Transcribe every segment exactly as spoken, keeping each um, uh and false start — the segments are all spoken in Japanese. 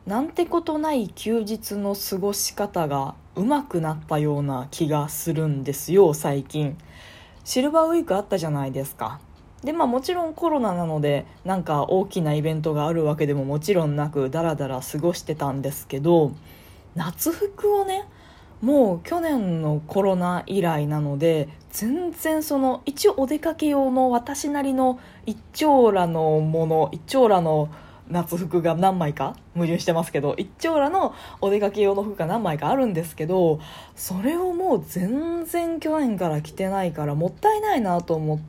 なんてことない休日の過ごし方が上手くなったような気がするんですよ。最近シルバーウィークあったじゃないですか。でまあもちろんコロナなのでなんか大きなイベントがあるわけでももちろんなく、だらだら過ごしてたんですけど、夏服をね、もう去年のコロナ以来なので、全然その一応お出かけ用の私なりの一丁羅のもの、一丁羅の夏服が何枚か、矛盾してますけど、一丁羅のお出かけ用の服が何枚かあるんですけど、それをもう全然去年から着てないからもったいないなと思って、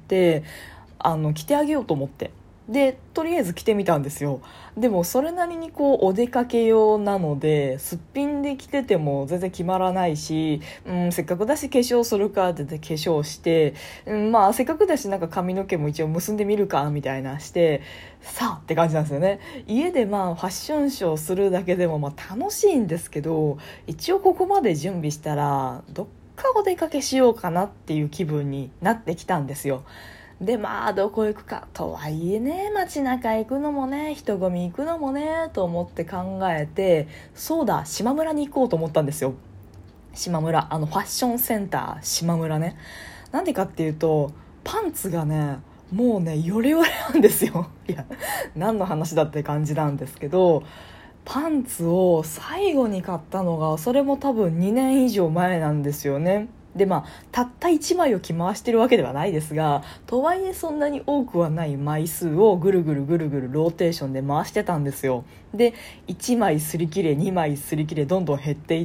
あの着てあげようと思って、でとりあえず着てみたんですよ。でもそれなりにこうお出かけ用なので、すっぴんで着てても全然決まらないし、うん、せっかくだし化粧するかって言って化粧して、うん、まあせっかくだしなんか髪の毛も一応結んでみるかみたいなして、さあって感じなんですよね。家でまあファッションショーするだけでもまあ楽しいんですけど、一応ここまで準備したらどっかお出かけしようかなっていう気分になってきたんですよ。でまあどこ行くかとはいえね、街中行くのもね、人混み行くのもねと思って考えて、そうだ島村に行こうと思ったんですよ。島村、あのファッションセンター島村ね。なんでかっていうと、パンツがねもうねヨレヨレなんですよ。いや何の話だって感じなんですけど、パンツを最後に買ったのがそれも多分にねん以上前なんですよね。でまあたったいちまいを着回してるわけではないですが、とはいえそんなに多くはない枚数をぐるぐるぐるぐるローテーションで回してたんですよ。でいちまい擦り切れにまい擦り切れどんどん減っていって、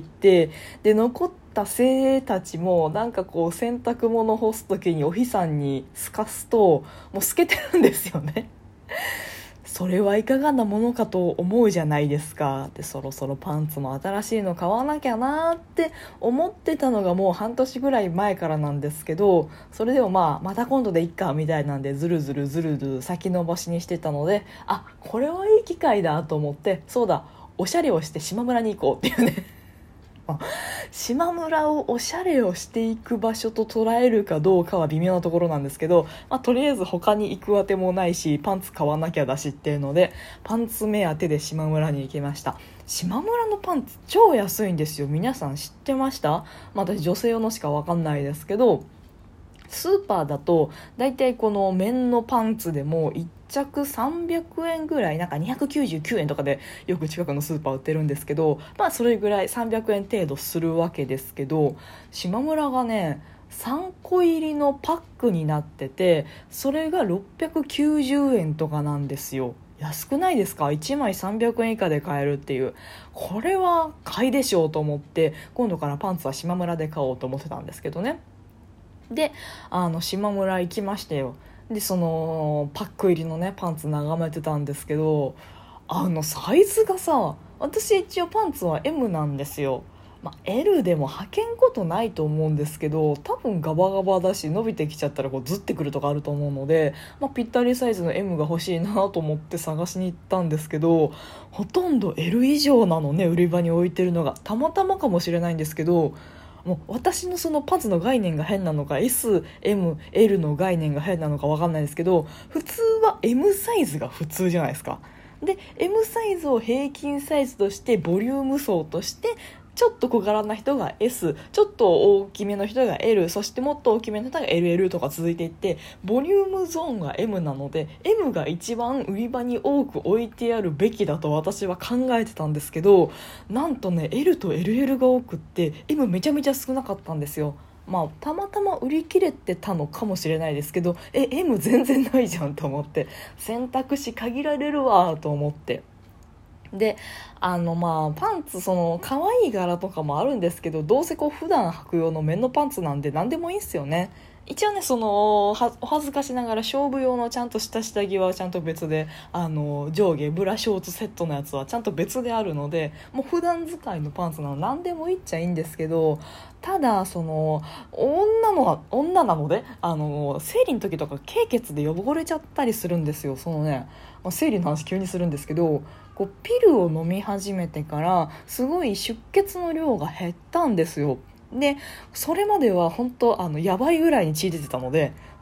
で残った精たちもなんかこう洗濯物干す時にお日さんに透かすともう透けてるんですよね。それはいかがなものかと思うじゃないですか。でそろそろパンツも新しいの買わなきゃなって思ってたのがもう半年ぐらい前からなんですけど、それでもまあまた今度でいっかみたいなんでずるずるずるずる先延ばしにしてたので、あ、これはいい機会だと思って、そうだおしゃれをして島村に行こうっていうね。島村をおしゃれをしていく場所と捉えるかどうかは微妙なところなんですけど、まあ、とりあえず他に行くあてもないしパンツ買わなきゃだしっていうので、パンツ目当てで島村に行きました。島村のパンツ超安いんですよ。皆さん知ってました？まあ、私女性用のしか分かんないですけど、スーパーだとだいたいこの綿のパンツでもいっ着さんびゃくえんぐらい、なんかにひゃくきゅうじゅうきゅうえんとかでよく近くのスーパー売ってるんですけど、まあそれぐらいさんびゃくえん程度するわけですけど、島村がねさんこ入りのパックになってて、それがろっぴゃくきゅうじゅうえんとかなんですよ。安くないですか？いちまいさんびゃくえん以下で買えるっていう、これは買いでしょうと思って、今度からパンツは島村で買おうと思ってたんですけどね。であの島村行きましたよ。でそのパック入りのねパンツ眺めてたんですけど、あのサイズがさ、私一応パンツは エム なんですよ。まあ、エル でも履けんことないと思うんですけど、多分ガバガバだし伸びてきちゃったらこうずってくるとかあると思うので、まあ、ぴったりサイズの エム が欲しいなと思って探しに行ったんですけど、ほとんど エル 以上なのね、売り場に置いてるのが。たまたまかもしれないんですけど、もう私のそのパンツの概念が変なのか エスエムエル の概念が変なのか分かんないですけど、普通は エム サイズが普通じゃないですか。で エム サイズを平均サイズとしてボリューム層として、ちょっと小柄な人が エス、 ちょっと大きめの人が エル、 そしてもっと大きめの人が エルエル とか続いていって、ボリュームゾーンが エム なので エム が一番売り場に多く置いてあるべきだと私は考えてたんですけど、なんとね エル と エルエル が多くって エム めちゃめちゃ少なかったんですよ。まあたまたま売り切れてたのかもしれないですけど、え エム 全然ないじゃんと思って、選択肢限られるわと思って、であのまあパンツ、その可愛い柄とかもあるんですけど、どうせこう普段履く用の綿のパンツなんで何でもいいんすよね。一応ね、そのはお恥ずかしながら勝負用のちゃんとした下着はちゃんと別で、あの上下ブラショーツセットのやつはちゃんと別であるので、もう普段使いのパンツなの何でもいいっちゃいいんですけど、ただその女のは女なので、あの生理の時とか経血で汚れちゃったりするんですよ。そのね、まあ生理の話急にするんですけど、こうピルを飲み始めてからすごい出血の量が減ったんですよ。でそれまでは本当あのやばいぐらいに血出てたので、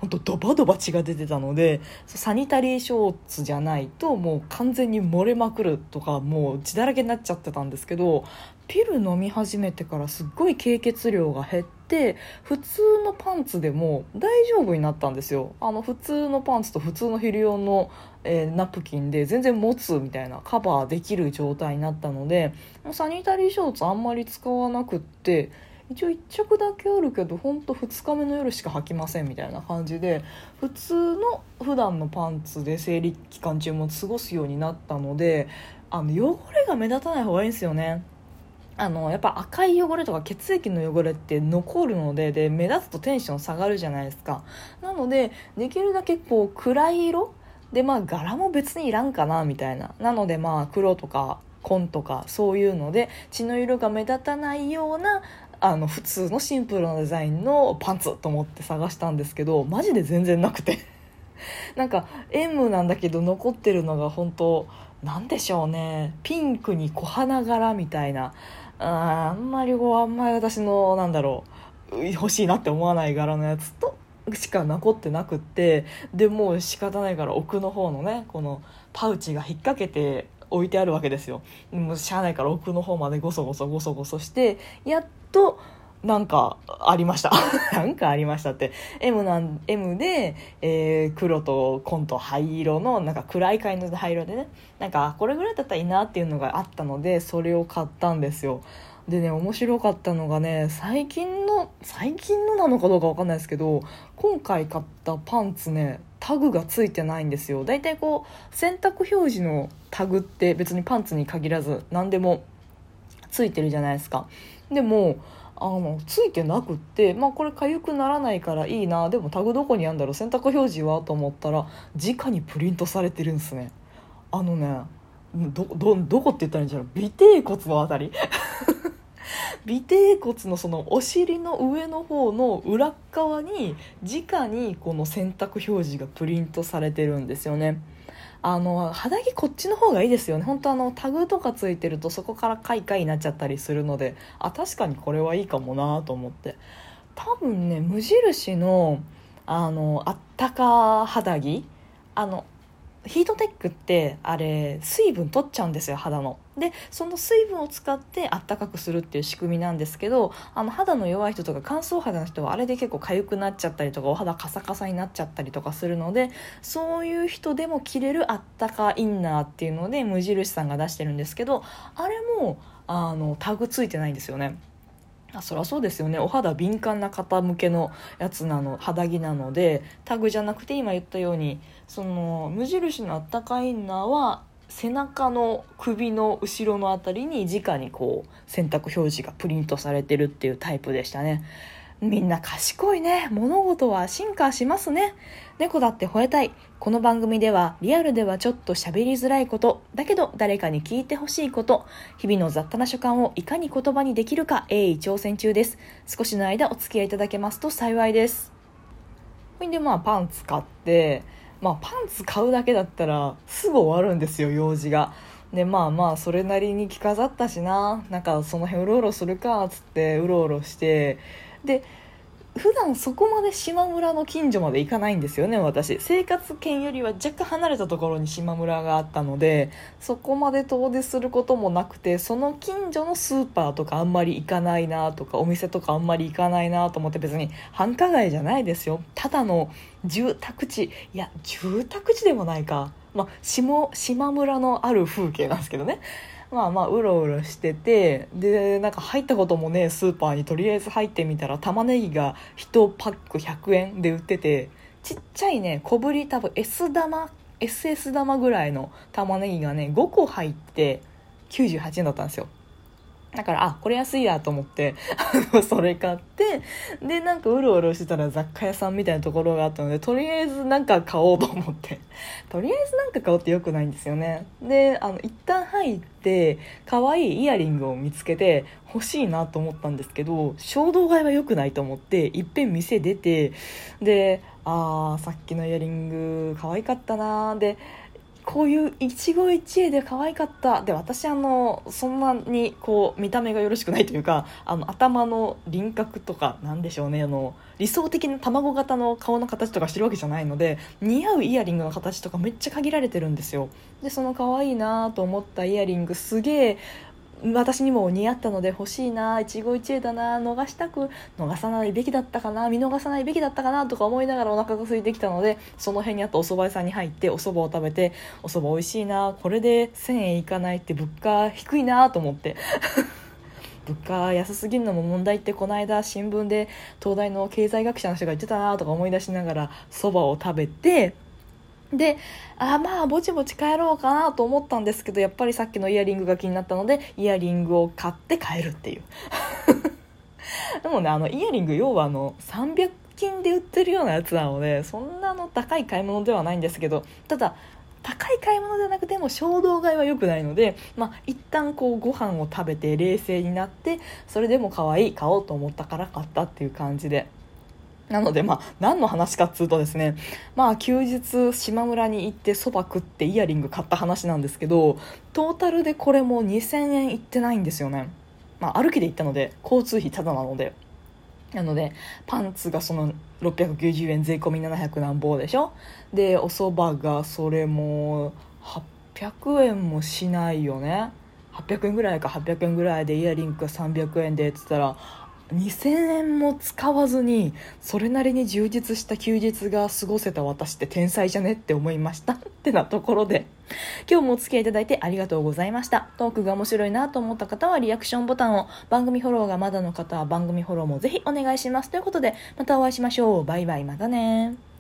ほんとドバドバ血が出てたので、サニタリーショーツじゃないともう完全に漏れまくるとか、もう血だらけになっちゃってたんですけど、ピル飲み始めてからすっごい経血量が減って、普通のパンツでも大丈夫になったんですよ。あの普通のパンツと普通の昼用の、えーナプキンで全然持つみたいな、カバーできる状態になったので、もうサニタリーショーツあんまり使わなくって、一応いっ着だけあるけどほんとふつかめの夜しか履きませんみたいな感じで、普通の普段のパンツで生理期間中も過ごすようになったので、あの汚れが目立たない方がいいんですよね。あのやっぱ赤い汚れとか血液の汚れって残るので、で目立つとテンション下がるじゃないですか。なのでできるだけこう暗い色で、まあ柄も別にいらんかなみたいな、なのでまあ黒とか紺とかそういうので血の色が目立たないような、あの普通のシンプルなデザインのパンツと思って探したんですけど、マジで全然なくてなんか エム なんだけど残ってるのが本当なんでしょうね、ピンクに小花柄みたいな、ああんまりこうあんまり私のなんだろう欲しいなって思わない柄のやつとしか残ってなくって、でもう仕方ないから奥の方のねこのパウチが引っ掛けて置いてあるわけですよ。もうしゃあないから奥の方までゴソゴソゴソゴソして、やっとなんかありましたなんかありましたって M, なん M で、えー、黒と紺と灰色のなんか暗い感じの灰色でね、なんかこれぐらいだったらいいなっていうのがあったので、それを買ったんですよ。でね、面白かったのがね、最近の最近のなのかどうかわかんないですけど、今回買ったパンツねタグがついてないんですよ。だいたいこう洗濯表示のタグって別にパンツに限らず何でもついてるじゃないですか。でもあのついてなくって、まあこれ痒くならないからいいな、でもタグどこにあるんだろう、洗濯表示はと思ったら直にプリントされてるんですね。あのねどどどこって言ったらいいんじゃない、尾てい骨のあたり尾てい骨のそのお尻の上の方の裏側に直にこの洗濯表示がプリントされてるんですよね。あの肌着こっちの方がいいですよね。本当あのタグとかついてるとそこからカイカイになっちゃったりするので、あ確かにこれはいいかもなと思って、多分ね無印のあのあったか肌着、あのヒートテックってあれ水分取っちゃうんですよ肌の。でその水分を使ってあったかくするっていう仕組みなんですけど、あの肌の弱い人とか乾燥肌の人はあれで結構痒くなっちゃったりとかお肌カサカサになっちゃったりとかするので、そういう人でも着れるあったかインナーっていうので無印さんが出してるんですけど、あれもあのタグついてないんですよね。あそりゃそうですよね、お肌敏感な方向けのやつなの、肌着なのでタグじゃなくて、今言ったようにその無印のあったかインナーは背中の首の後ろのあたりに直にこう洗濯表示がプリントされてるっていうタイプでしたね。みんな賢いね。物事は進化しますね。猫だって吠えたい。この番組ではリアルではちょっと喋りづらいこと、だけど誰かに聞いてほしいこと、日々の雑多な所感をいかに言葉にできるか鋭意挑戦中です。少しの間お付き合いいただけますと幸いです。ほいでまあパンツ買って、まあパンツ買うだけだったらすぐ終わるんですよ、用事が。でまあまあそれなりに着飾ったしな、なんかその辺うろうろするかっつってうろうろして、で普段そこまで島村の近所まで行かないんですよね。私生活圏よりは若干離れたところに島村があったので、そこまで遠出することもなくて、その近所のスーパーとかあんまり行かないなとか、お店とかあんまり行かないなと思って、別に繁華街じゃないですよ、ただの住宅地、いや住宅地でもないか、まあ、下島村のある風景なんですけどね。まあまあうろうろしてて、でなんか入ったこともねスーパーにとりあえず入ってみたら、玉ねぎがいちパックひゃくえんで売ってて、ちっちゃいね小ぶり、多分 S 玉 エスエス 玉ぐらいの玉ねぎがねごこ入ってきゅうじゅうはちえんだったんですよ。だからあこれ安いやと思ってあのそれ買って、でなんかうろうろしてたら雑貨屋さんみたいなところがあったので、とりあえずなんか買おうと思ってとりあえずなんか買おうってよくないんですよね。であの一旦入って可愛いイヤリングを見つけて欲しいなと思ったんですけど、衝動買いは良くないと思っていっぺん店出て、であーさっきのイヤリング可愛かったな、でこういう一期一会で可愛かった。で、私あのそんなにこう見た目がよろしくないというか、あの頭の輪郭とかなんでしょうね、あの理想的な卵型の顔の形とかしてるわけじゃないので、似合うイヤリングの形とかめっちゃ限られてるんですよ。でその可愛いなと思ったイヤリングすげえ私にも似合ったので欲しいな、一期一会だな、逃したく逃さないべきだったかな、見逃さないべきだったかなとか思いながらお腹が空いてきたので、その辺にあったお蕎麦屋さんに入ってお蕎麦を食べて、お蕎麦美味しいな、これでせんえんいかないって物価低いなと思って物価安すぎるのも問題ってこの間新聞で東大の経済学者の人が言ってたなとか思い出しながら蕎麦を食べて、で、あまあぼちぼち帰ろうかなと思ったんですけど、やっぱりさっきのイヤリングが気になったのでイヤリングを買って帰るっていうでもね、あのイヤリング要はあのさんびゃく均で売ってるようなやつなので、そんなの高い買い物ではないんですけど、ただ高い買い物ではなくても衝動買いは良くないので、まあ、一旦こうご飯を食べて冷静になって、それでも可愛い買おうと思ったから買ったっていう感じで、なのでまあ何の話かっつうとですね、まあ休日島村に行ってそば食ってイヤリング買った話なんですけど、トータルでこれもにせんえんいってないんですよね。まあ歩きで行ったので交通費タダなので、なのでパンツがそのろっぴゃくきゅうじゅうえん税込みななひゃくなんぼでしょ。でお蕎麦がそれもはっぴゃくえんもしないよね。はっぴゃくえんぐらいか、はっぴゃくえんぐらいでイヤリングがさんびゃくえんでって言ったらにせんえんも使わずにそれなりに充実した休日が過ごせた私って天才じゃねって思いましたってなところで、今日もお付き合いいただいてありがとうございました。トークが面白いなと思った方はリアクションボタンを、番組フォローがまだの方は番組フォローもぜひお願いしますということで、またお会いしましょう。バイバイ、またね。